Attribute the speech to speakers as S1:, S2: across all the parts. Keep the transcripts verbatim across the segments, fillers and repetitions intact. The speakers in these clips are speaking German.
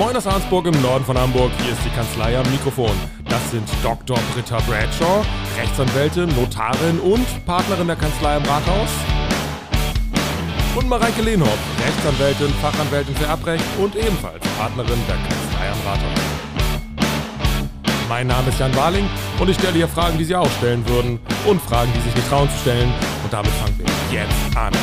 S1: Moin aus Arnsburg im Norden von Hamburg, hier ist die Kanzlei am Mikrofon. Das sind Doktor Britta Bradshaw, Rechtsanwältin, Notarin und Partnerin der Kanzlei am Rathaus. Und Mareike Lehnhoff, Rechtsanwältin, Fachanwältin für Erbrecht und ebenfalls Partnerin der Kanzlei am Rathaus. Mein Name ist Jan Warling und ich stelle hier Fragen, die Sie auch stellen würden und Fragen, die sich nicht trauen zu stellen. Und damit fangen wir jetzt an.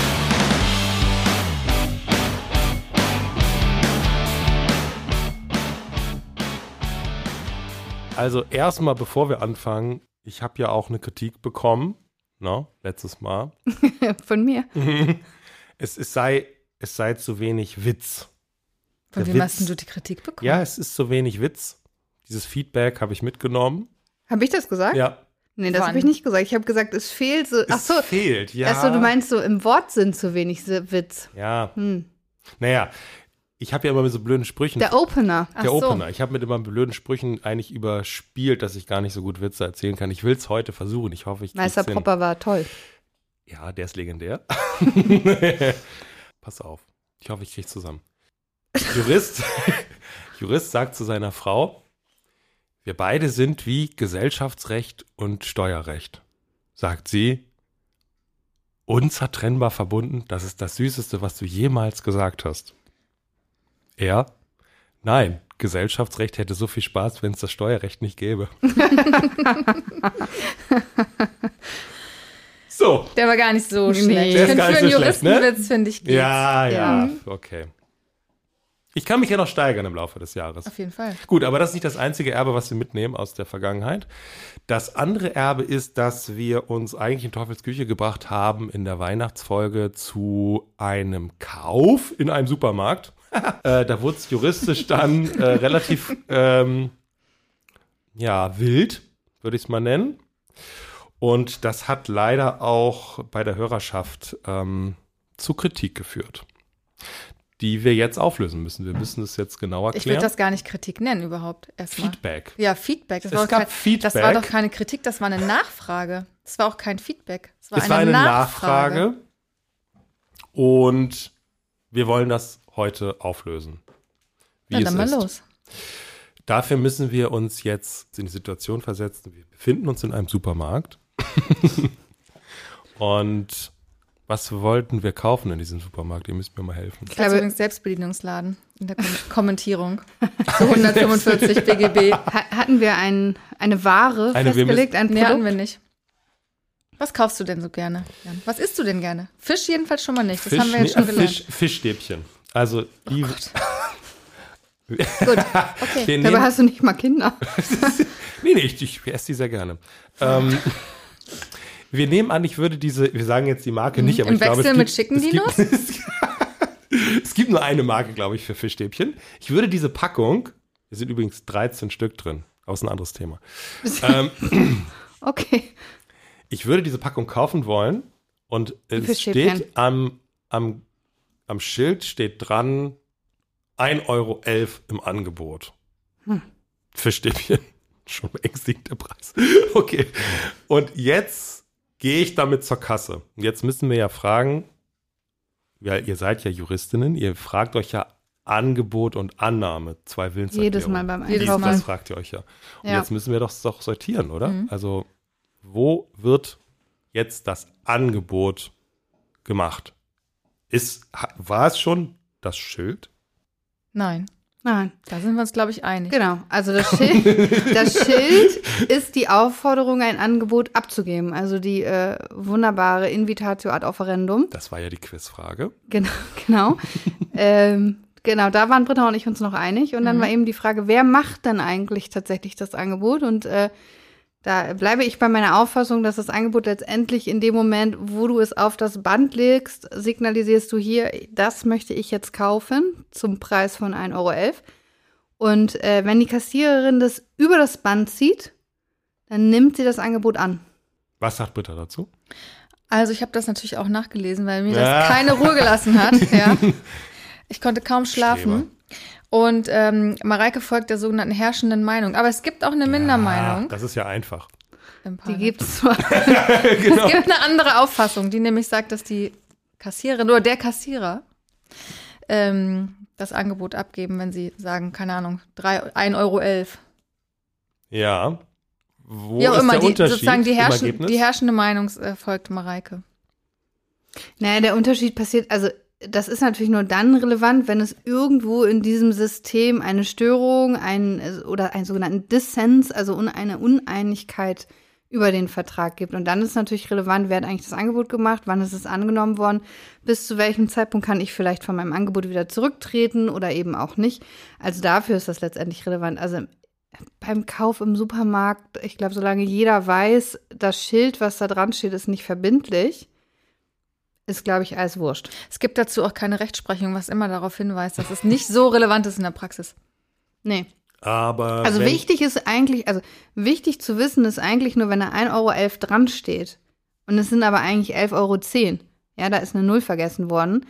S1: Also erstmal, bevor wir anfangen, ich habe ja auch eine Kritik bekommen, ne, letztes Mal.
S2: Von mir?
S1: Es, es, sei, es sei zu wenig Witz.
S2: Von wem hast du die Kritik bekommen?
S1: Ja, es ist zu wenig Witz. Dieses Feedback habe ich mitgenommen.
S2: Habe ich das gesagt?
S1: Ja.
S2: Nee, das habe ich nicht gesagt. Ich habe gesagt, es fehlt so. Ach so,
S1: es fehlt, ja.
S2: Achso, du meinst so, im Wortsinn zu wenig Witz.
S1: Ja.
S2: Hm.
S1: Naja, ich habe ja immer mit so blöden Sprüchen.
S2: Der Opener.
S1: Der Ach Opener. So. Ich habe mit immer blöden Sprüchen eigentlich überspielt, dass ich gar nicht so gut Witze erzählen kann. Ich will es heute versuchen. Ich hoffe, ich krieg's
S2: Meister
S1: hin.
S2: Popper war toll.
S1: Ja, der ist legendär. Pass auf. Ich hoffe, ich krieg's zusammen. Jurist, Jurist sagt zu seiner Frau, wir beide sind wie Gesellschaftsrecht und Steuerrecht. Sagt sie, unzertrennbar verbunden, das ist das Süßeste, was du jemals gesagt hast. Er, nein, Gesellschaftsrecht hätte so viel Spaß, wenn es das Steuerrecht nicht gäbe. So.
S2: Der war gar nicht so schlecht.
S1: Der ist gar nicht
S2: für einen
S1: so schlecht,
S2: Juristenwitz,
S1: ne?
S2: finde ich, geht's.
S1: Ja, ja,
S2: ja,
S1: okay. Ich kann mich ja noch steigern im Laufe des Jahres.
S2: Auf jeden Fall.
S1: Gut, aber das ist nicht das einzige Erbe, was wir mitnehmen aus der Vergangenheit. Das andere Erbe ist, dass wir uns eigentlich in Teufels Küche gebracht haben in der Weihnachtsfolge zu einem Kauf in einem Supermarkt. äh, da wurde es juristisch dann äh, relativ ähm, ja, wild, würde ich es mal nennen. Und das hat leider auch bei der Hörerschaft ähm, zu Kritik geführt, die wir jetzt auflösen müssen. Wir müssen es jetzt genau erklären.
S2: Ich würde das gar nicht Kritik nennen überhaupt erstmal.
S1: Feedback.
S2: Ja, Feedback. Das
S1: es
S2: war
S1: gab
S2: kein,
S1: Feedback.
S2: Das war doch keine Kritik, das war eine Nachfrage. Das war auch kein Feedback. Das war
S1: es
S2: eine,
S1: war eine
S2: Nachfrage.
S1: Nachfrage. Und wir wollen das heute auflösen. Wie
S2: Na,
S1: es
S2: dann mal
S1: ist.
S2: los.
S1: Dafür müssen wir uns jetzt in die Situation versetzen, wir befinden uns in einem Supermarkt. Und was wollten wir kaufen in diesem Supermarkt? Ihr müsst mir mal helfen.
S2: Ich glaube übrigens Selbstbedienungsladen in der Kom- Kommentierung zu hundertfünfundvierzig B G B. Ha- hatten wir ein, eine Ware
S1: Eine,
S2: festgelegt, ein
S1: müssen,
S2: Produkt? Nee, hatten wir nicht. Was kaufst du denn so gerne, Jan? Was isst du denn gerne? Fisch jedenfalls schon mal nicht, das
S1: Fisch,
S2: haben wir jetzt schon gelernt.
S1: Fisch, Fischstäbchen. Also die...
S2: Oh Gut, okay.
S1: Wir
S2: Dabei
S1: nehmen,
S2: hast du nicht mal Kinder.
S1: nee, nee, ich, ich esse die sehr gerne. Ähm, wir nehmen an, ich würde diese, wir sagen jetzt die Marke nicht, aber
S2: Im
S1: ich glaube,
S2: Wechsel
S1: es
S2: mit
S1: gibt,
S2: Chicken
S1: es
S2: Dinos?
S1: gibt, es, es gibt nur eine Marke, glaube ich, für Fischstäbchen. Ich würde diese Packung, hier sind übrigens dreizehn Stück drin, aber ist ein anderes Thema. ähm,
S2: Okay.
S1: Ich würde diese Packung kaufen wollen und es steht am, am, am Schild steht dran, ein Euro elf im Angebot. Hm. Fischstäbchen. Schon beängstigend der Preis. Okay. Und jetzt gehe ich damit zur Kasse. Jetzt müssen wir ja fragen, ja, ihr seid ja Juristinnen, ihr fragt euch ja Angebot und Annahme, zwei Willenserklärungen.
S2: Jedes Mal beim
S1: Jedes
S2: Einkaufen.
S1: Mal. Das fragt ihr euch ja. Und
S2: ja.
S1: jetzt müssen wir doch, doch sortieren, oder?
S2: Mhm.
S1: Also, wo wird jetzt das Angebot gemacht? Ist, war es schon das Schild?
S2: Nein.
S3: Nein.
S2: Da sind wir uns, glaube ich, einig.
S3: Genau, also das Schild, das Schild ist die Aufforderung, ein Angebot abzugeben. Also die äh, wunderbare Invitatio ad offerendum.
S1: Das war ja die Quizfrage.
S3: Genau, genau. ähm, genau, da waren Britta und ich uns noch einig. Und dann
S2: Mhm.
S3: war eben die Frage, wer macht denn eigentlich tatsächlich das Angebot? Und äh, da bleibe ich bei meiner Auffassung, dass das Angebot letztendlich in dem Moment, wo du es auf das Band legst, signalisierst du hier, das möchte ich jetzt kaufen zum Preis von ein Euro elf. Und äh, wenn die Kassiererin das über das Band zieht, dann nimmt sie das Angebot an.
S1: Was sagt Britta dazu?
S2: Also ich habe das natürlich auch nachgelesen, weil mir
S1: Ja.
S2: das keine Ruhe gelassen hat. Ja. Ich konnte kaum schlafen. Und ähm, Mareike folgt der sogenannten herrschenden Meinung. Aber es gibt auch eine Mindermeinung.
S1: Ja, das ist ja einfach.
S2: im
S3: Die
S2: Parlament.
S3: gibt's zwar.
S1: Genau.
S2: Es gibt eine andere Auffassung, die nämlich sagt, dass die Kassiererin oder der Kassierer ähm, das Angebot abgeben, wenn sie sagen, keine Ahnung, ein Euro elf.
S1: Ja. Wo
S2: Wie auch
S1: ist
S2: immer,
S1: der
S2: die,
S1: Unterschied
S2: sozusagen die,
S1: im
S2: herrschen,
S1: Ergebnis?
S2: die herrschende Meinung äh, folgt Mareike.
S3: Naja, der Unterschied passiert, also das ist natürlich nur dann relevant, wenn es irgendwo in diesem System eine Störung ein, oder einen sogenannten Dissens, also un, eine Uneinigkeit über den Vertrag gibt. Und dann ist natürlich relevant, wer hat eigentlich das Angebot gemacht, wann ist es angenommen worden, bis zu welchem Zeitpunkt kann ich vielleicht von meinem Angebot wieder zurücktreten oder eben auch nicht. Also dafür ist das letztendlich relevant. Also beim Kauf im Supermarkt, ich glaube, solange jeder weiß, das Schild, was da dran steht, ist nicht verbindlich, ist, glaube ich, alles wurscht.
S2: Es gibt dazu auch keine Rechtsprechung, was immer darauf hinweist, dass es nicht so relevant ist in der Praxis.
S3: Nee.
S1: Aber
S3: Also
S1: wenn,
S3: wichtig ist eigentlich, also wichtig zu wissen ist eigentlich nur, wenn da ein Euro elf dran steht und es sind aber eigentlich elf Euro zehn, ja, da ist eine Null vergessen worden,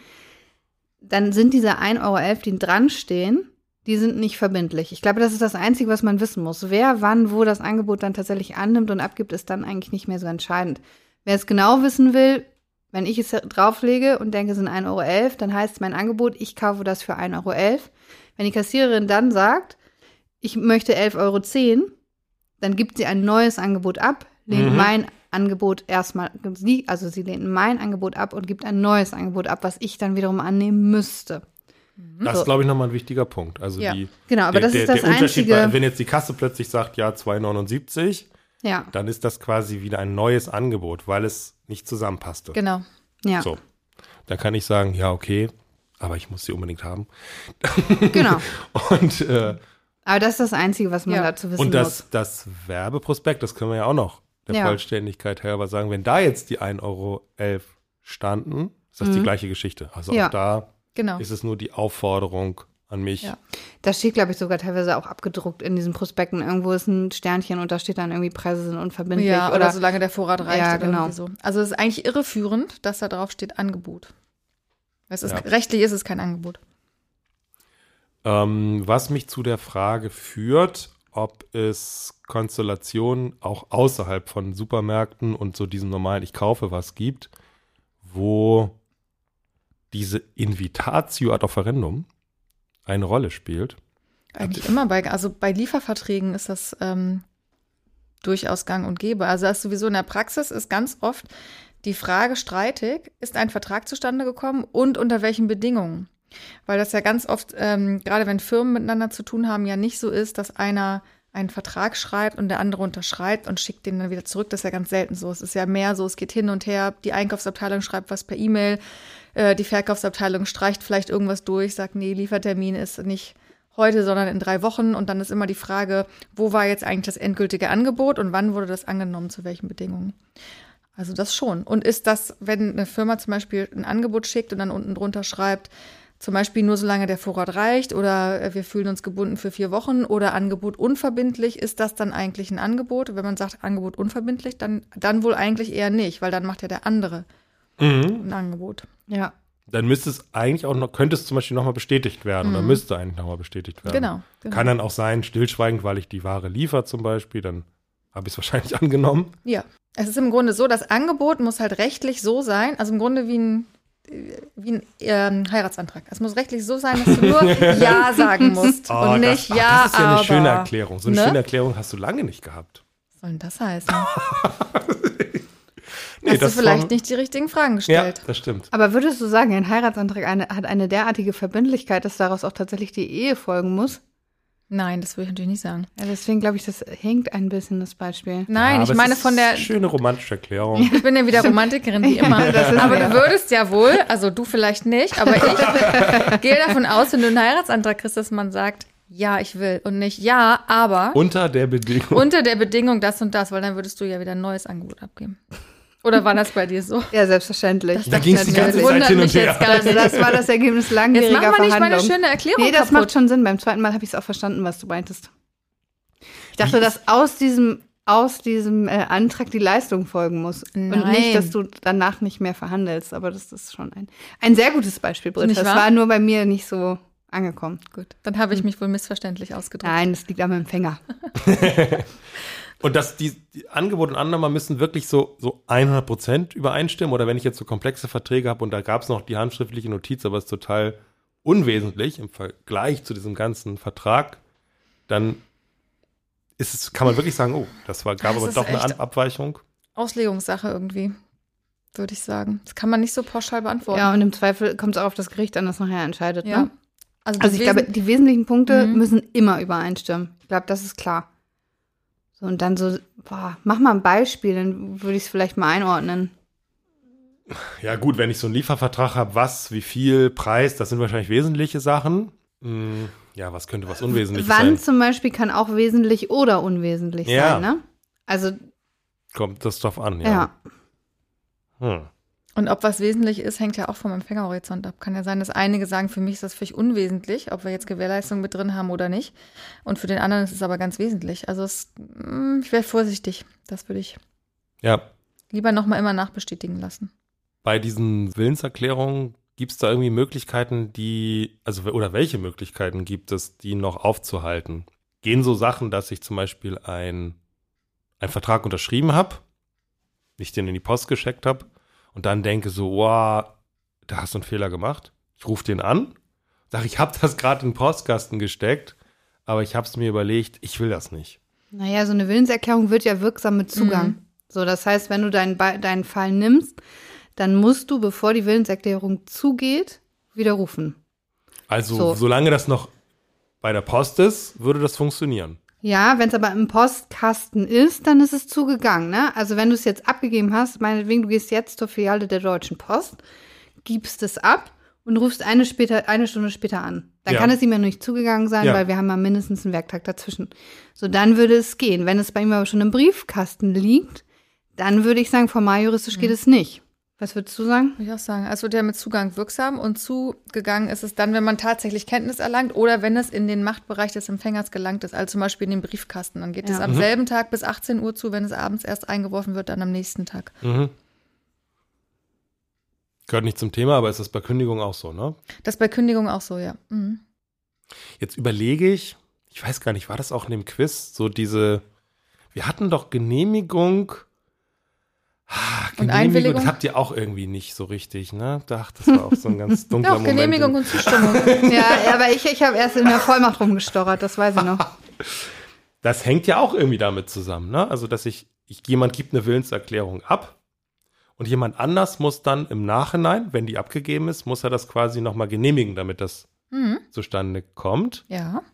S3: dann sind diese ein Euro elf, die dran stehen, die sind nicht verbindlich. Ich glaube, das ist das Einzige, was man wissen muss. Wer, wann, wo das Angebot dann tatsächlich annimmt und abgibt, ist dann eigentlich nicht mehr so entscheidend. Wer es genau wissen will, wenn ich es drauflege und denke, es sind ein Euro elf, dann heißt mein Angebot, ich kaufe das für ein Euro elf. Wenn die Kassiererin dann sagt, ich möchte elf Euro zehn, dann gibt sie ein neues Angebot ab, lehnt
S1: Mhm.
S3: mein Angebot erstmal, also sie lehnt mein Angebot ab und gibt ein neues Angebot ab, was ich dann wiederum annehmen müsste.
S1: das ist, glaube ich, nochmal ein wichtiger Punkt. Also
S2: Ja.
S1: die,
S3: Genau, aber
S1: der,
S3: das ist
S1: der,
S3: das
S1: der Unterschied,
S3: Einzige.
S1: bei, wenn jetzt die Kasse plötzlich sagt, ja, zwei neunundsiebzig,
S3: Ja,
S1: dann ist das quasi wieder ein neues Angebot, weil es nicht zusammenpasste.
S2: Genau.
S3: ja,
S1: So, dann kann ich sagen, ja, okay, aber ich muss sie unbedingt haben.
S3: genau.
S1: Und, äh,
S3: Aber das ist das Einzige, was man
S2: Ja.
S3: dazu wissen
S1: und das,
S3: muss.
S1: das Werbeprospekt, das können wir ja auch noch der
S3: Ja.
S1: Vollständigkeit halber sagen, wenn da jetzt die ein Euro elf standen, ist das die
S3: Mhm.
S1: gleiche Geschichte. Also
S3: Ja.
S1: auch da
S2: Genau.
S1: ist es nur die Aufforderung an mich.
S2: Ja.
S3: Das steht, glaube ich, sogar teilweise auch abgedruckt in diesen Prospekten. Irgendwo ist ein Sternchen und da steht dann irgendwie, Preise sind unverbindlich.
S2: Ja, oder,
S3: oder
S2: solange der Vorrat reicht.
S3: Ja,
S2: oder
S3: genau.
S2: irgendwie so. Also es ist eigentlich irreführend, dass da drauf steht Angebot. Es ist,
S1: Ja.
S2: Rechtlich ist es kein Angebot.
S1: Ähm, was mich zu der Frage führt, ob es Konstellationen auch außerhalb von Supermärkten und so diesem normalen Ich kaufe was gibt, wo diese Invitatio ad offerendum eine Rolle spielt.
S2: Eigentlich immer bei, also bei Lieferverträgen ist das ähm, durchaus gang und gäbe. Also das ist sowieso in der Praxis ist ganz oft die Frage streitig, ist ein Vertrag zustande gekommen und unter welchen Bedingungen? Weil das ja ganz oft, ähm, gerade wenn Firmen miteinander zu tun haben, ja nicht so ist, dass einer einen Vertrag schreibt und der andere unterschreibt und schickt den dann wieder zurück. Das ist ja ganz selten so. Es ist ja mehr so, es geht hin und her. Die Einkaufsabteilung schreibt was per E-Mail, äh, die Verkaufsabteilung streicht vielleicht irgendwas durch, sagt, nee, Liefertermin ist nicht heute, sondern in drei Wochen. Und dann ist immer die Frage, wo war jetzt eigentlich das endgültige Angebot und wann wurde das angenommen, zu welchen Bedingungen? Also das schon. Und ist das, wenn eine Firma zum Beispiel ein Angebot schickt und dann unten drunter schreibt, zum Beispiel nur solange der Vorrat reicht oder wir fühlen uns gebunden für vier Wochen oder Angebot unverbindlich, ist das dann eigentlich ein Angebot? Wenn man sagt Angebot unverbindlich, dann, dann wohl eigentlich eher nicht, weil dann macht ja der andere
S1: Mhm.
S2: ein Angebot.
S3: ja.
S1: Dann müsste es eigentlich auch noch, könnte es zum Beispiel nochmal bestätigt werden oder müsste eigentlich nochmal bestätigt werden.
S2: Genau, genau.
S1: Kann dann auch sein, stillschweigend, weil ich die Ware liefere zum Beispiel, dann habe ich es wahrscheinlich angenommen.
S2: Ja, es ist im Grunde so, das Angebot muss halt rechtlich so sein, also im Grunde wie ein, wie ein ähm, Heiratsantrag. Es muss rechtlich so sein, dass du nur Ja sagen musst
S1: Oh,
S2: und nicht
S1: das, ach,
S2: Ja,
S1: das ist ja
S2: aber.
S1: eine schöne Erklärung. So eine
S2: Ne?
S1: schöne Erklärung hast du lange nicht gehabt.
S2: Was soll denn das heißen?
S1: Nee,
S2: Hast du
S1: das
S2: vielleicht
S1: war-
S2: nicht die richtigen Fragen
S1: Ja,
S2: gestellt?
S1: das stimmt.
S3: Aber würdest du sagen, ein Heiratsantrag eine, hat eine derartige Verbindlichkeit, dass daraus auch tatsächlich die Ehe folgen muss?
S2: Nein, das würde ich natürlich nicht sagen.
S3: Ja, deswegen glaube ich, das hinkt ein bisschen, das Beispiel.
S2: Nein,
S1: Ja,
S2: ich
S1: aber
S2: meine
S1: es ist
S2: von der,
S1: eine schöne romantische Erklärung.
S2: ich bin ja wieder Romantikerin wie immer.
S3: Ja, das ist
S2: Aber
S3: mir-
S2: du würdest ja wohl, also du vielleicht nicht, aber ich gehe davon aus, wenn du einen Heiratsantrag kriegst, dass man sagt, ja, ich will und nicht ja, aber
S1: Unter der Bedingung.
S2: unter der Bedingung das und das, weil dann würdest du ja wieder ein neues Angebot abgeben. Oder war das bei dir so?
S3: Ja, selbstverständlich.
S1: Da ging es die ganze
S2: Das
S1: Zeit
S2: wundert
S1: hin und
S2: mich jetzt
S1: her.
S2: gar
S3: Also
S2: nicht.
S3: das war das Ergebnis
S2: Jetzt
S3: langwieriger
S2: machen wir nicht meine
S3: Verhandlungen.
S2: schöne Erklärung
S3: Nee, das
S2: kaputt.
S3: macht schon Sinn. Beim zweiten Mal habe ich es auch verstanden, was du meintest. Ich dachte, dass aus diesem, aus diesem äh, Antrag die Leistung folgen muss. Und
S2: Nein.
S3: nicht, dass du danach nicht mehr verhandelst. Aber das ist schon ein, ein sehr gutes Beispiel, Britta.
S2: Nicht
S3: Das
S2: wahr?
S3: war nur bei mir nicht so angekommen.
S2: Gut, dann habe ich mich wohl missverständlich ausgedrückt.
S3: Nein, das liegt am Empfänger.
S1: Und dass die, die Angebot und Annahme müssen wirklich so, so hundert Prozent übereinstimmen. Oder wenn ich jetzt so komplexe Verträge habe und da gab es noch die handschriftliche Notiz, aber es ist total unwesentlich im Vergleich zu diesem ganzen Vertrag, dann ist es, kann man wirklich sagen, oh, das war, gab
S2: Das
S1: aber
S2: ist
S1: doch eine
S2: echt
S1: An- Abweichung.
S2: Auslegungssache irgendwie, würde ich sagen. Das kann man nicht so pauschal beantworten.
S3: Ja, und im Zweifel kommt es auch auf das Gericht an, das nachher entscheidet.
S2: Ja.
S3: Ne?
S2: Also,
S3: Also ich
S2: Wesen-
S3: glaube, die wesentlichen Punkte
S2: Mhm.
S3: müssen immer übereinstimmen. Ich glaube, das ist klar. So, und dann so, boah, mach mal ein Beispiel, dann würde ich es vielleicht mal einordnen.
S1: Ja gut, wenn ich so einen Liefervertrag habe, was, wie viel, Preis, das sind wahrscheinlich wesentliche Sachen. Hm, ja, was könnte was Unwesentliches
S3: Wann
S1: sein?
S3: zum Beispiel kann auch wesentlich oder unwesentlich
S1: Ja.
S3: sein, ne? Also,
S1: Kommt das drauf an, ja.
S3: ja.
S1: Hm.
S2: Und ob was wesentlich ist, hängt ja auch vom Empfängerhorizont ab. Kann ja sein, dass einige sagen, für mich ist das völlig unwesentlich, ob wir jetzt Gewährleistung mit drin haben oder nicht. Und für den anderen ist es aber ganz wesentlich. Also es, mm, ich wäre vorsichtig. Das würde ich
S1: Ja,
S2: lieber nochmal immer nachbestätigen lassen.
S1: bei diesen Willenserklärungen gibt es da irgendwie Möglichkeiten, die, also oder welche Möglichkeiten gibt es, die noch aufzuhalten? Gehen so Sachen, dass ich zum Beispiel ein, einen Vertrag unterschrieben habe, ich den in die Post geschickt habe und dann denke so, wow, da hast du einen Fehler gemacht. Ich rufe den an, sage, ich habe das gerade in den Postkasten gesteckt, aber ich habe es mir überlegt, ich will das nicht.
S3: Naja, so eine Willenserklärung wird ja wirksam mit Zugang.
S2: Mhm.
S3: So, das heißt, wenn du deinen, Be- deinen Fall nimmst, dann musst du, bevor die Willenserklärung zugeht, widerrufen.
S1: Also
S3: So.
S1: solange das noch bei der Post ist, würde das funktionieren.
S3: Ja, wenn es aber im Postkasten ist, dann ist es zugegangen, ne? Also wenn du es jetzt abgegeben hast, meinetwegen, du gehst jetzt zur Filiale der Deutschen Post, gibst es ab und rufst eine, später, eine Stunde später an. Dann
S1: Ja.
S3: kann es ihm ja noch nicht zugegangen sein,
S1: Ja.
S3: weil wir haben ja mindestens einen Werktag dazwischen. So, dann würde es gehen. Wenn es bei ihm aber schon im Briefkasten liegt, dann würde ich sagen, formal juristisch geht es nicht. Was würdest du sagen?
S2: Würde ich auch sagen. Also der mit Zugang wirksam und zugegangen ist es dann, wenn man tatsächlich Kenntnis erlangt oder wenn es in den Machtbereich des Empfängers gelangt ist, also zum Beispiel in den Briefkasten. Dann geht
S3: Ja.
S2: es am
S1: Mhm.
S2: selben Tag bis achtzehn Uhr zu, wenn es abends erst eingeworfen wird, dann am nächsten Tag.
S1: Mhm. Gehört nicht zum Thema, aber ist das bei Kündigung auch so, ne?
S2: Das ist bei Kündigung auch so, ja. Mhm.
S1: Jetzt überlege ich, ich weiß gar nicht, war das auch in dem Quiz, so diese, wir hatten doch Genehmigung, ah,
S2: Und Einwilligung?
S1: Das habt ihr auch irgendwie nicht so richtig, ne? Ach, das war auch so ein ganz dunkler
S2: Doch,
S1: Moment.
S2: Genehmigung und Zustimmung.
S3: Ja, aber ich, ich habe erst in der Vollmacht rumgestochert, das weiß ich noch.
S1: Das hängt ja auch irgendwie damit zusammen, ne? Also, dass ich, ich jemand gibt eine Willenserklärung ab und jemand anders muss dann im Nachhinein, wenn die abgegeben ist, muss er das quasi nochmal genehmigen, damit das
S2: Mhm.
S1: zustande kommt.
S2: Ja.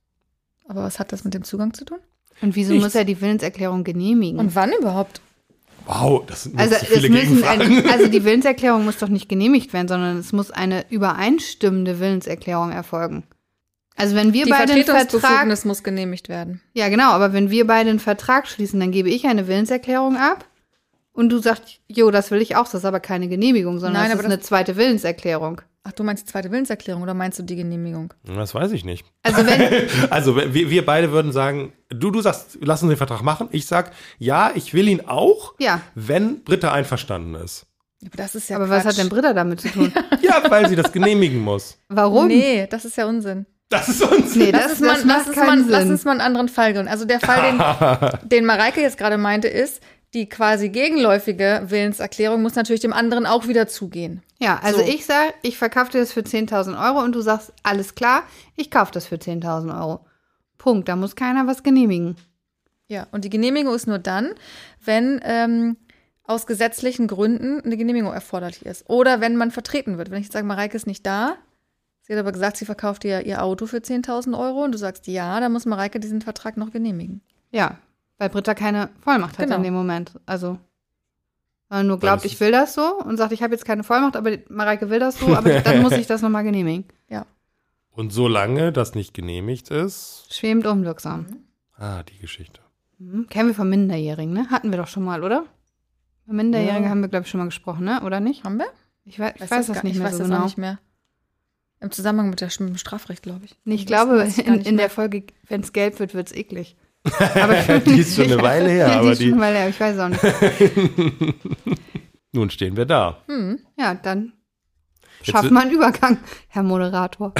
S2: Aber was hat das mit dem Zugang zu tun?
S3: Und wieso
S1: Nichts.
S3: muss er die Willenserklärung genehmigen?
S2: Und wann überhaupt?
S1: Wow, das sind mir
S3: Also,
S1: zu
S3: es
S1: viele
S3: müssen
S1: Gegenfragen.
S3: ein, also die Willenserklärung muss doch nicht genehmigt werden, sondern es muss eine übereinstimmende Willenserklärung erfolgen. Also wenn wir
S2: Die
S3: beide einen Vertrag,
S2: Vertretungsbefugnis muss genehmigt werden.
S3: ja genau, aber wenn wir beide einen Vertrag schließen, dann gebe ich eine Willenserklärung ab und du sagst, jo, das will ich auch, das ist aber keine Genehmigung, sondern
S2: Nein,
S3: das
S2: aber
S3: ist eine zweite Willenserklärung.
S2: Ach, du meinst die zweite Willenserklärung oder meinst du die Genehmigung?
S1: Das weiß ich nicht.
S3: Also wenn,
S1: Also wir, wir beide würden sagen, du, du sagst, lass uns den Vertrag machen. Ich sag, ja, ich will ihn auch,
S3: ja,
S1: wenn Britta einverstanden ist.
S2: Aber das ist ja
S3: aber
S2: Quatsch.
S3: was hat denn Britta damit zu tun?
S1: Ja, weil sie das genehmigen muss.
S3: Warum?
S2: Nee, das ist ja Unsinn.
S1: Das ist uns.
S3: Nee,
S2: Lass,
S3: das,
S2: es
S3: das
S2: mal, lass,
S3: macht
S2: es
S3: keinen
S2: mal, lass
S3: Sinn.
S2: uns mal einen anderen Fall gehen. Also der Fall, den, den Mareike jetzt gerade meinte, ist, die quasi gegenläufige Willenserklärung muss natürlich dem anderen auch wieder zugehen.
S3: Ja, also
S2: So.
S3: ich sage, ich verkaufe dir das für zehntausend Euro und du sagst, alles klar, ich kaufe das für zehntausend Euro. Punkt, da muss keiner was genehmigen.
S2: Ja, und die Genehmigung ist nur dann, wenn ähm, aus gesetzlichen Gründen eine Genehmigung erforderlich ist. Oder wenn man vertreten wird. Wenn ich jetzt sage, Mareike ist nicht da, sie hat aber gesagt, sie verkauft dir ihr Auto für zehntausend Euro und du sagst ja, dann muss Mareike diesen Vertrag noch genehmigen.
S3: Ja, weil Britta keine Vollmacht hat
S2: Genau.
S3: in dem Moment. Also, weil nur
S1: Weil
S3: glaubt,
S1: das
S3: ich
S1: ist-
S3: will das so und sagt, ich habe jetzt keine Vollmacht, aber Mareike will das so, aber dann muss ich das nochmal genehmigen.
S2: Ja.
S1: Und solange das nicht genehmigt ist,
S3: Schwebend unwirksam.
S1: ah, die Geschichte.
S3: Mhm. Kennen wir von Minderjährigen, ne? Hatten wir doch schon mal, oder? Bei Minderjährigen
S1: Ja.
S3: haben wir, glaube ich, schon mal gesprochen, ne? Oder nicht?
S2: Haben wir?
S3: Ich weiß, ich
S2: Weiß
S3: weiß
S2: gar-
S3: das nicht
S2: ich
S3: mehr
S2: weiß
S3: so
S2: das
S3: genau.
S2: auch nicht mehr. Im Zusammenhang mit, der, mit dem Strafrecht, glaube ich.
S3: Nee, ich
S2: Das
S3: glaube,
S2: weiß ich gar
S3: in,
S2: nicht
S3: in
S2: mehr.
S3: der Folge, wenn es gelb wird, wird es eklig. Aber ich bin
S1: Die ist schon eine Weile her,
S3: Ja, die
S1: aber
S3: ist schon
S1: die,
S3: eine Weile her, ich weiß auch nicht.
S1: nun stehen wir da.
S2: Hm.
S3: Ja, dann
S1: Jetzt
S3: schaffen
S1: wird-
S3: wir einen Übergang, Herr Moderator.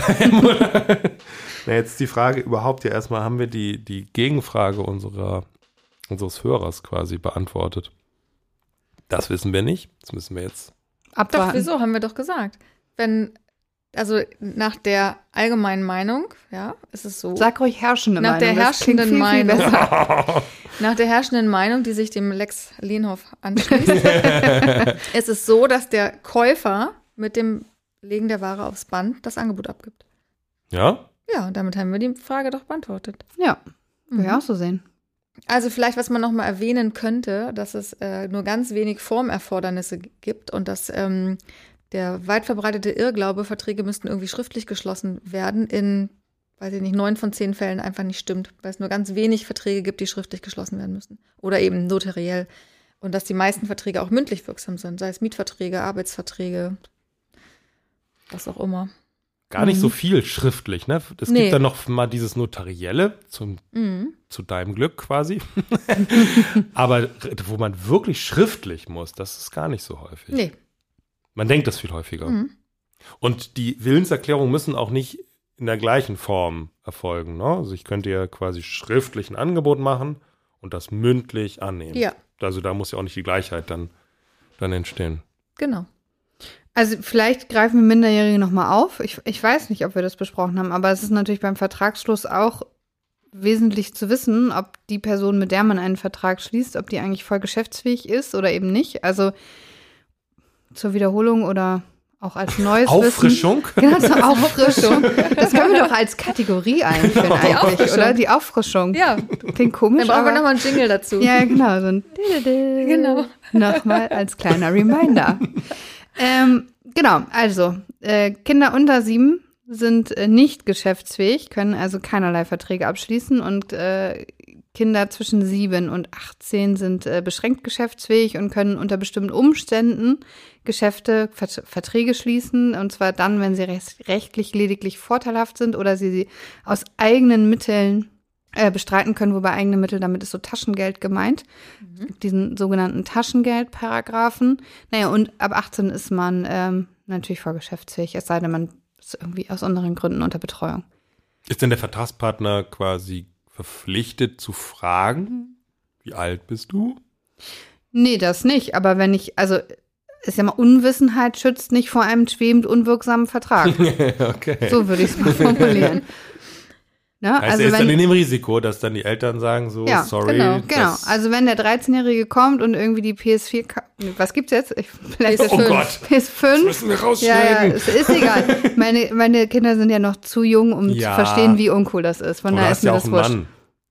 S1: Na, jetzt die Frage überhaupt ja erstmal, haben wir die, die Gegenfrage unserer, unseres Hörers quasi beantwortet? Das wissen wir nicht. Das müssen wir jetzt.
S2: Doch,
S3: Abwarten.
S2: wieso? Haben wir doch gesagt. Wenn also nach der allgemeinen Meinung, ja, ist es so.
S3: Sag ruhig herrschende
S2: nach
S3: Meinung.
S2: Der
S3: das klingt
S2: herrschenden
S3: viel, viel
S2: Meinung.
S3: besser.
S2: Nach der herrschenden Meinung, die sich dem Lex Lienhoff anschließt, ist es so, dass der Käufer mit dem Legen der Ware aufs Band das Angebot abgibt.
S1: Ja?
S2: Ja, und damit haben wir die Frage doch beantwortet.
S3: Ja, würde ich
S2: Mhm.
S3: auch so sehen.
S2: Also vielleicht, was man noch mal erwähnen könnte, dass es äh, nur ganz wenig Formerfordernisse gibt und dass ähm, der weit verbreitete Irrglaube, Verträge müssten irgendwie schriftlich geschlossen werden, in, weiß ich nicht, neun von zehn Fällen einfach nicht stimmt, weil es nur ganz wenig Verträge gibt, die schriftlich geschlossen werden müssen. Oder eben notariell. Und dass die meisten Verträge auch mündlich wirksam sind, sei es Mietverträge, Arbeitsverträge, was auch immer.
S1: Gar nicht
S2: Mhm.
S1: so viel schriftlich, ne? Es
S2: Nee.
S1: gibt dann noch mal dieses Notarielle, zum,
S2: Mhm.
S1: zu deinem Glück quasi. Aber wo man wirklich schriftlich muss, das ist gar nicht so häufig.
S2: Nee.
S1: Man denkt das viel häufiger.
S2: Mhm.
S1: Und die Willenserklärungen müssen auch nicht in der gleichen Form erfolgen. Ne? Also ich könnte ja quasi schriftlich ein Angebot machen und das mündlich annehmen.
S2: Ja,
S1: Also da muss ja auch nicht die Gleichheit dann, dann entstehen.
S2: genau.
S3: Also vielleicht greifen wir Minderjährige nochmal auf. Ich, ich weiß nicht, ob wir das besprochen haben, aber es ist natürlich beim Vertragsschluss auch wesentlich zu wissen, ob die Person, mit der man einen Vertrag schließt, ob die eigentlich voll geschäftsfähig ist oder eben nicht. Also zur Wiederholung oder auch als neues
S1: Auffrischung?
S3: Wissen. Genau, zur Auffrischung. Das können wir doch als Kategorie einführen eigentlich,
S2: Auffrischung.
S3: oder? Die Auffrischung.
S2: Ja,
S3: Klingt komisch,
S2: dann brauchen wir
S3: aber
S2: nochmal einen Jingle dazu.
S3: ja, genau, so ein Didede.
S2: Genau.
S3: Nochmal als kleiner Reminder. ähm, genau, also äh, Kinder unter sieben sind äh, nicht geschäftsfähig, können also keinerlei Verträge abschließen und äh, Kinder zwischen sieben und achtzehn sind äh, beschränkt geschäftsfähig und können unter bestimmten Umständen Geschäfte, Vert Verträge schließen, und zwar dann, wenn sie recht, rechtlich lediglich vorteilhaft sind oder sie sie aus eigenen Mitteln äh, bestreiten können, wobei eigene Mittel, damit ist so Taschengeld gemeint. Es gibt diesen sogenannten Taschengeldparagraphen. Naja, und ab achtzehn ist man ähm, natürlich voll geschäftsfähig, es sei denn, man ist irgendwie aus anderen Gründen unter Betreuung.
S1: Ist denn der Vertragspartner quasi verpflichtet zu fragen, wie alt bist du?
S3: Nee, das nicht. Aber wenn ich, also ist ja mal, Unwissenheit schützt nicht vor einem schwebend unwirksamen Vertrag.
S1: Okay.
S3: So würde ich es mal formulieren. Ne?
S1: Heißt,
S3: Also
S1: er ist dann
S3: wenn,
S1: in dem Risiko, dass dann die Eltern sagen so,
S3: ja,
S1: sorry.
S2: genau,
S3: genau.
S1: das-
S3: Also wenn der dreizehnjährige kommt und irgendwie die P S vier, ka- was gibt's jetzt? Ich,
S1: Oh Gott,
S3: P S
S1: das
S3: fünf.
S1: müssen wir
S3: Ja, ja,
S1: rausschneiden.
S3: es ist egal. Meine, meine Kinder sind ja noch zu jung, um
S1: Ja.
S3: zu verstehen, wie uncool das ist. Von
S1: Oder
S3: daher
S1: hast
S3: ist mir
S1: ja auch
S3: das
S1: einen
S3: wurscht.
S1: Mann.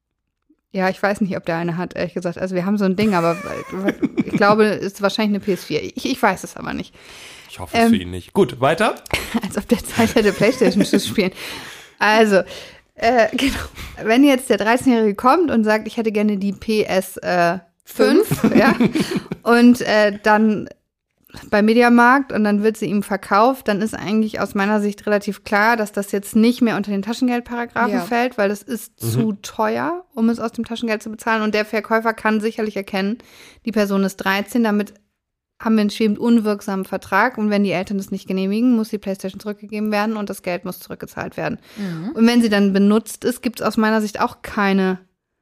S3: Ja, ich weiß nicht, ob der eine hat, ehrlich gesagt. Also wir haben so ein Ding, aber ich glaube, es ist wahrscheinlich eine P S vier. Ich, ich weiß es aber nicht.
S1: Ich hoffe es
S3: Ähm,
S1: für ihn nicht. Gut, weiter.
S3: Als ob der Zeit hätte, Playstation zu spielen. Also, äh, genau. Wenn jetzt der dreizehnjährige kommt und sagt, ich hätte gerne die P S fünf, ja, und äh, dann bei Mediamarkt und dann wird sie ihm verkauft, dann ist eigentlich aus meiner Sicht relativ klar, dass das jetzt nicht mehr unter den Taschengeldparagraphen
S2: Ja.
S3: fällt, weil das ist
S1: Mhm.
S3: zu teuer, um es aus dem Taschengeld zu bezahlen. Und der Verkäufer kann sicherlich erkennen, die Person ist dreizehn, damit haben wir einen schwebend unwirksamen Vertrag. Und wenn die Eltern das nicht genehmigen, muss die PlayStation zurückgegeben werden und das Geld muss zurückgezahlt werden.
S2: Mhm.
S3: Und wenn sie dann benutzt ist, gibt es aus meiner Sicht auch keine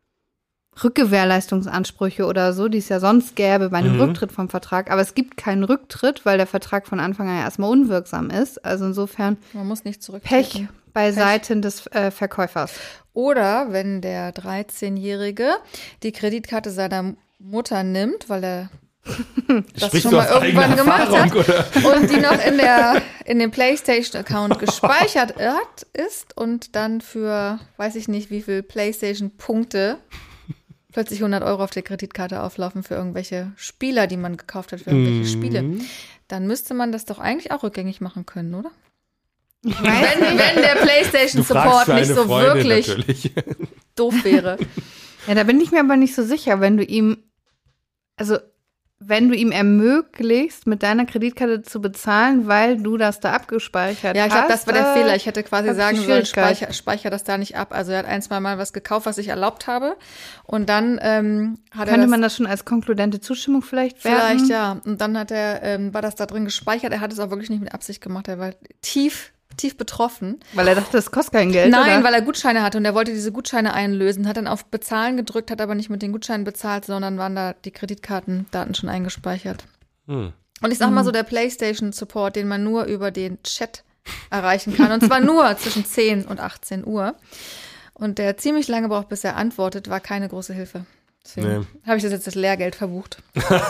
S3: Rückgewährleistungsansprüche oder so, die es ja sonst gäbe bei einem
S1: Mhm.
S3: Rücktritt vom Vertrag. Aber es gibt keinen Rücktritt, weil der Vertrag von Anfang an ja erstmal unwirksam ist. Also insofern
S2: Man muss nicht zurück.
S3: Pech bei Seiten des äh, Verkäufers.
S2: Oder wenn der dreizehnjährige die Kreditkarte seiner Mutter nimmt, weil er das
S1: Sprichst
S2: schon
S1: du
S2: mal
S1: aus eigener
S2: irgendwann gemacht
S1: Erfahrung,
S2: hat
S1: oder?
S2: und die noch in, der, in dem PlayStation-Account gespeichert hat, ist und dann für, weiß ich nicht, wie viel PlayStation-Punkte plötzlich hundert Euro auf der Kreditkarte auflaufen für irgendwelche Spieler, die man gekauft hat, für irgendwelche
S1: Mhm.
S2: Spiele, dann müsste man das doch eigentlich auch rückgängig machen können, oder?
S3: Ich weiß
S2: Wenn,
S3: nicht.
S2: wenn der
S1: Du fragst
S2: PlayStation-Support
S1: für
S2: nicht
S1: eine
S2: so
S1: Freundin
S2: wirklich
S1: natürlich.
S2: doof wäre.
S3: Ja, da bin ich mir aber nicht so sicher, wenn du ihm, also wenn du ihm ermöglicht, mit deiner Kreditkarte zu bezahlen, weil du das da abgespeichert
S2: Ja, ich glaube, das war der
S3: hast,
S2: Fehler.
S3: äh,
S2: Ich hätte quasi
S3: hab ich
S2: sagen
S3: die
S2: sollen,
S3: Schwierigkeit.
S2: speicher, speicher das da nicht ab. Also er hat ein, zwei Mal was gekauft, was ich erlaubt habe. Und dann ähm, hat er
S3: Könnte
S2: das
S3: man das schon als konkludente Zustimmung vielleicht werten?
S2: vielleicht, ja. Und dann hat er, ähm, war das da drin gespeichert. Er hat es auch wirklich nicht mit Absicht gemacht. Er war tief, tief betroffen.
S3: Weil er dachte, das kostet kein Geld,
S2: Nein,
S3: oder?
S2: weil er Gutscheine hatte und er wollte diese Gutscheine einlösen, hat dann auf Bezahlen gedrückt, hat aber nicht mit den Gutscheinen bezahlt, sondern waren da die Kreditkartendaten schon eingespeichert.
S1: Hm.
S2: Und ich sag mal so, der PlayStation-Support, den man nur über den Chat erreichen kann. Und zwar nur zwischen zehn und achtzehn Uhr. Und der ziemlich lange braucht, bis er antwortet, war keine große Hilfe. Deswegen nee. habe ich das jetzt das Lehrgeld verbucht.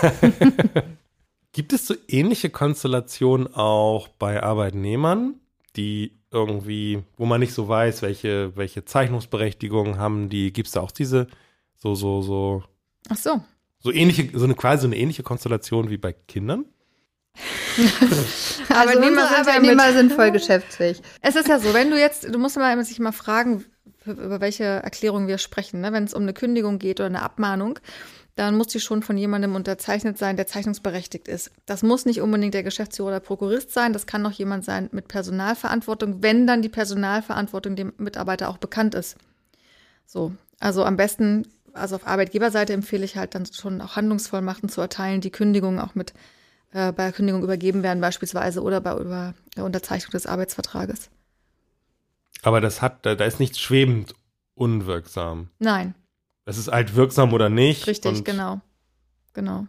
S1: Gibt es so ähnliche Konstellationen auch bei Arbeitnehmern, die irgendwie, wo man nicht so weiß, welche, welche Zeichnungsberechtigungen haben die? Gibt es da auch diese so, so, so
S2: Ach so.
S1: So ähnliche, so eine quasi so eine ähnliche Konstellation wie bei Kindern?
S3: also Arbeitnehmer, sind, Arbeitnehmer ja sind voll geschäftsfähig.
S2: Es ist ja so, wenn du jetzt, du musst mal sich mal fragen, über welche Erklärung wir sprechen. Ne? Wenn es um eine Kündigung geht oder eine Abmahnung, dann muss die schon von jemandem unterzeichnet sein, der zeichnungsberechtigt ist. Das muss nicht unbedingt der Geschäftsführer oder Prokurist sein, das kann auch jemand sein mit Personalverantwortung, wenn dann die Personalverantwortung dem Mitarbeiter auch bekannt ist. So, also am besten, also auf Arbeitgeberseite empfehle ich halt dann schon auch Handlungsvollmachten zu erteilen, die Kündigungen auch mit äh, bei Kündigung übergeben werden beispielsweise oder bei über, der Unterzeichnung des Arbeitsvertrages.
S1: Aber das hat, da, da ist nichts schwebend unwirksam.
S2: Nein.
S1: Das ist halt wirksam oder nicht.
S2: Richtig, genau. Genau.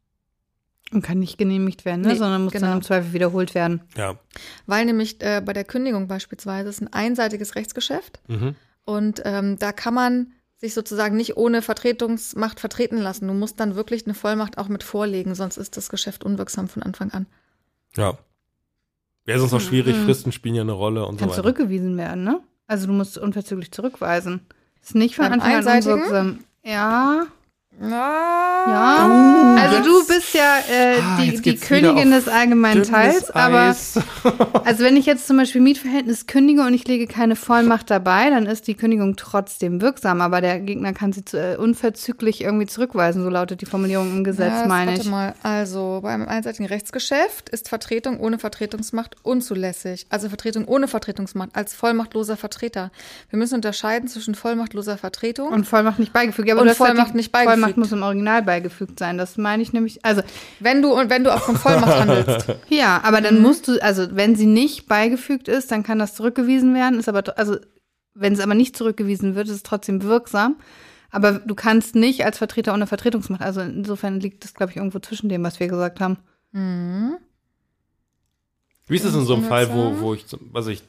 S3: Und kann nicht genehmigt werden, ne? Nee, sondern muss genau. dann im Zweifel wiederholt werden.
S1: Ja.
S2: Weil nämlich äh, bei der Kündigung beispielsweise ist ein einseitiges Rechtsgeschäft.
S1: Mhm.
S2: Und ähm, da kann man sich sozusagen nicht ohne Vertretungsmacht vertreten lassen. Du musst dann wirklich eine Vollmacht auch mit vorlegen, sonst ist das Geschäft unwirksam von Anfang an.
S1: Ja. Wäre sonst auch schwierig, mhm. Fristen spielen ja eine Rolle und
S3: Kann
S1: so weiter.
S3: Kann zurückgewiesen werden, ne? Also du musst unverzüglich zurückweisen. Ist nicht von Anfang an unwirksam. Ja.
S2: Ja.
S3: ja.
S1: Uh,
S3: also
S1: jetzt,
S3: du bist ja äh,
S1: ah,
S3: die, die Königin des allgemeinen Teils, aber also wenn ich jetzt zum Beispiel Mietverhältnis kündige und ich lege keine Vollmacht dabei, dann ist die Kündigung trotzdem wirksam, aber der Gegner kann sie zu, äh, unverzüglich irgendwie zurückweisen, so lautet die Formulierung im Gesetz,
S2: ja,
S3: meine ich.
S2: Warte mal, also beim einseitigen Rechtsgeschäft ist Vertretung ohne Vertretungsmacht unzulässig. Also Vertretung ohne Vertretungsmacht als vollmachtloser Vertreter. Wir müssen unterscheiden zwischen vollmachtloser Vertretung
S3: und Vollmacht nicht beigefügt. Aber
S2: und
S3: du
S2: Vollmacht
S3: halt
S2: nicht beigefügt.
S3: Vollmacht muss im Original beigefügt sein. Das meine ich nämlich. Also
S2: wenn du und wenn du auch von Vollmacht handelst.
S3: Ja, aber dann mhm. musst du, also wenn sie nicht beigefügt ist, dann kann das zurückgewiesen werden. Ist aber, also wenn es aber nicht zurückgewiesen wird, ist es trotzdem wirksam. Aber du kannst nicht als Vertreter ohne Vertretungsmacht. Also insofern liegt das, glaube ich, irgendwo zwischen dem, was wir gesagt haben.
S2: Mhm.
S1: Wie ist es in so einem Fall, wo, wo ich, also ich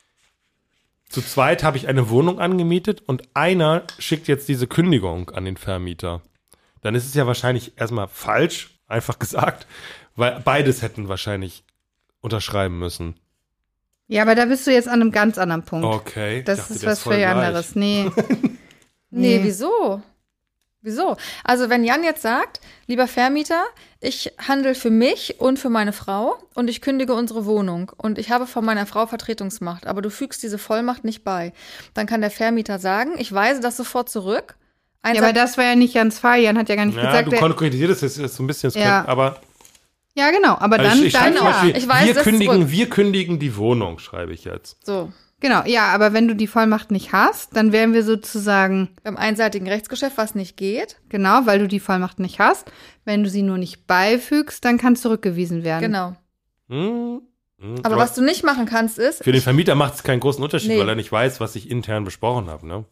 S1: zu zweit habe ich eine Wohnung angemietet und einer schickt jetzt diese Kündigung an den Vermieter. Dann ist es ja wahrscheinlich erstmal falsch, einfach gesagt, weil beides hätten wahrscheinlich unterschreiben müssen.
S3: Ja, aber da bist du jetzt an einem ganz anderen Punkt.
S1: Okay.
S3: Das
S1: dachte,
S3: ist was völlig anderes. Nee.
S2: nee. Nee, wieso? Wieso? Also wenn Jan jetzt sagt, lieber Vermieter, ich handle für mich und für meine Frau und ich kündige unsere Wohnung und ich habe von meiner Frau Vertretungsmacht, aber du fügst diese Vollmacht nicht bei, dann kann der Vermieter sagen, ich weise das sofort zurück.
S3: Eins ja, aber das war ja nicht Jans Fall. Jan hat ja gar nicht
S1: ja,
S3: gesagt.
S1: Du konkretisierst das jetzt so ein bisschen,
S3: ja.
S1: aber
S3: ja, genau, aber
S1: also
S3: dann,
S1: ich, ich
S3: dann
S1: ja.
S3: Beispiel,
S2: ich weiß,
S1: wir, kündigen, wir kündigen die Wohnung, schreibe ich jetzt.
S2: So.
S3: Genau, ja, aber wenn du die Vollmacht nicht hast, dann wären wir sozusagen
S2: beim einseitigen Rechtsgeschäft, was nicht geht.
S3: Genau, weil du die Vollmacht nicht hast. Wenn du sie nur nicht beifügst, dann kann es zurückgewiesen werden.
S2: Genau.
S1: Hm, hm,
S2: aber, aber was du nicht machen kannst, ist.
S1: Für den Vermieter macht es keinen großen Unterschied,
S2: nee.
S1: weil er nicht weiß, was ich intern besprochen habe, ne?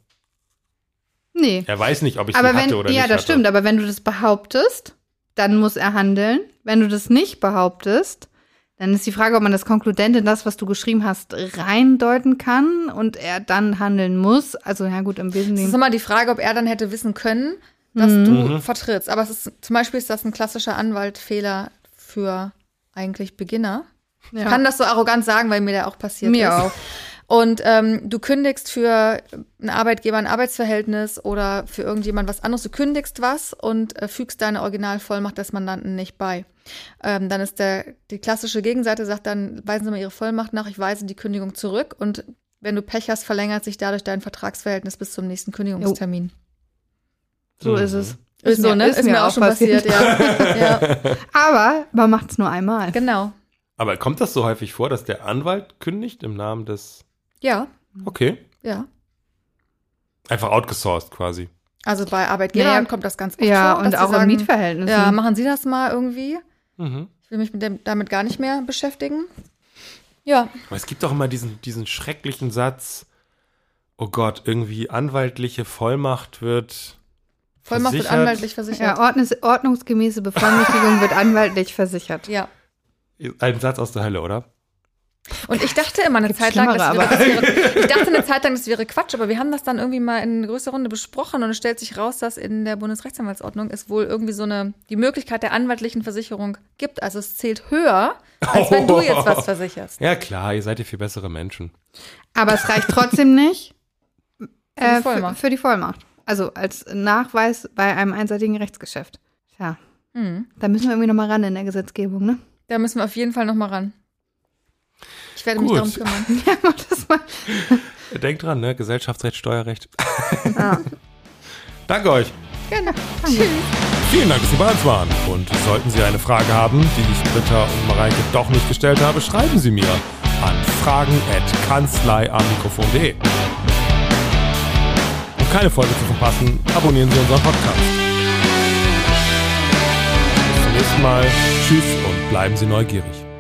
S3: Nee.
S1: Er weiß nicht, ob ich
S3: aber
S1: sie
S3: wenn,
S1: hatte oder
S3: ja,
S1: nicht.
S3: Ja, das
S1: hatte.
S3: stimmt, aber wenn du das behauptest, dann muss er handeln. Wenn du das nicht behauptest, dann ist die Frage, ob man das konkludent in das, was du geschrieben hast, reindeuten kann und er dann handeln muss. Also, ja gut, im Wesentlichen.
S2: Es ist immer die Frage, ob er dann hätte wissen können, dass
S3: mhm.
S2: du
S1: Mhm.
S2: vertrittst. Aber es ist, zum Beispiel ist das ein klassischer Anwaltfehler für eigentlich Beginner.
S3: Ja.
S2: Ich kann das so arrogant sagen, weil mir der auch passiert
S3: mir
S2: ist.
S3: auch.
S2: Und ähm, du kündigst für einen Arbeitgeber ein Arbeitsverhältnis oder für irgendjemand was anderes. Du kündigst was und äh, fügst deine Originalvollmacht des Mandanten nicht bei. Ähm, dann ist der die klassische Gegenseite, sagt dann, weisen Sie mal Ihre Vollmacht nach, ich weise die Kündigung zurück. Und wenn du Pech hast, verlängert sich dadurch dein Vertragsverhältnis bis zum nächsten Kündigungstermin.
S3: So
S1: mhm.
S3: ist es.
S2: Ist, ist so, ne? Ist, ist mir auch schon passiert, passiert ja. ja.
S3: Aber man macht es nur einmal.
S2: Genau.
S1: Aber kommt das so häufig vor, dass der Anwalt kündigt im Namen des...
S2: Ja.
S1: Okay.
S2: Ja.
S1: Einfach outgesourced quasi.
S2: Also bei Arbeitgebern
S3: naja,
S2: kommt das ganz oft
S3: ja,
S2: vor.
S3: Ja, und auch
S2: sagen,
S3: im Mietverhältnis.
S2: Ja, machen Sie das mal irgendwie.
S1: Mhm.
S2: Ich will mich mit dem, damit gar nicht mehr beschäftigen. Ja.
S1: Aber es gibt auch immer diesen, diesen schrecklichen Satz, oh Gott, irgendwie anwaltliche Vollmacht wird
S2: Vollmacht
S1: versichert.
S2: wird anwaltlich versichert.
S3: Ja, ordnungs- ordnungsgemäße Bevollmächtigung wird anwaltlich versichert.
S2: Ja.
S1: Ein Satz aus der Hölle, oder?
S2: Und ich dachte immer eine
S3: Gibt's
S2: Zeit lang, das
S3: Schlimmere,
S2: wäre, das wäre, ich dachte eine Zeit lang, das wäre Quatsch, aber wir haben das dann irgendwie mal in größerer Runde besprochen und es stellt sich raus, dass in der Bundesrechtsanwaltsordnung es wohl irgendwie so eine, die Möglichkeit der anwaltlichen Versicherung gibt. Also es zählt höher, als wenn du jetzt was versicherst.
S1: Ja klar, ihr seid ja viel bessere Menschen.
S3: Aber es reicht trotzdem nicht
S2: Für die
S3: äh, für,
S2: Vollmacht.
S3: für die Vollmacht. Also als Nachweis bei einem einseitigen Rechtsgeschäft. Tja,
S2: Hm.
S3: da müssen wir irgendwie noch mal ran in der Gesetzgebung, ne?
S2: Da müssen wir auf jeden Fall noch mal ran. Ich werde mich
S1: Gut.
S2: darum kümmern.
S3: Ja, mach das mal.
S1: Denkt dran, ne? Gesellschaftsrecht, Steuerrecht.
S3: Ja.
S1: Danke euch.
S2: Genau.
S1: Vielen Dank, dass Sie bei uns waren. Und sollten Sie eine Frage haben, die ich Britta und Mareike doch nicht gestellt habe, schreiben Sie mir an fragen at kanzlei am mikrofon punkt de. Um keine Folge zu verpassen, abonnieren Sie unseren Podcast. Bis zum nächsten Mal. Tschüss und bleiben Sie neugierig.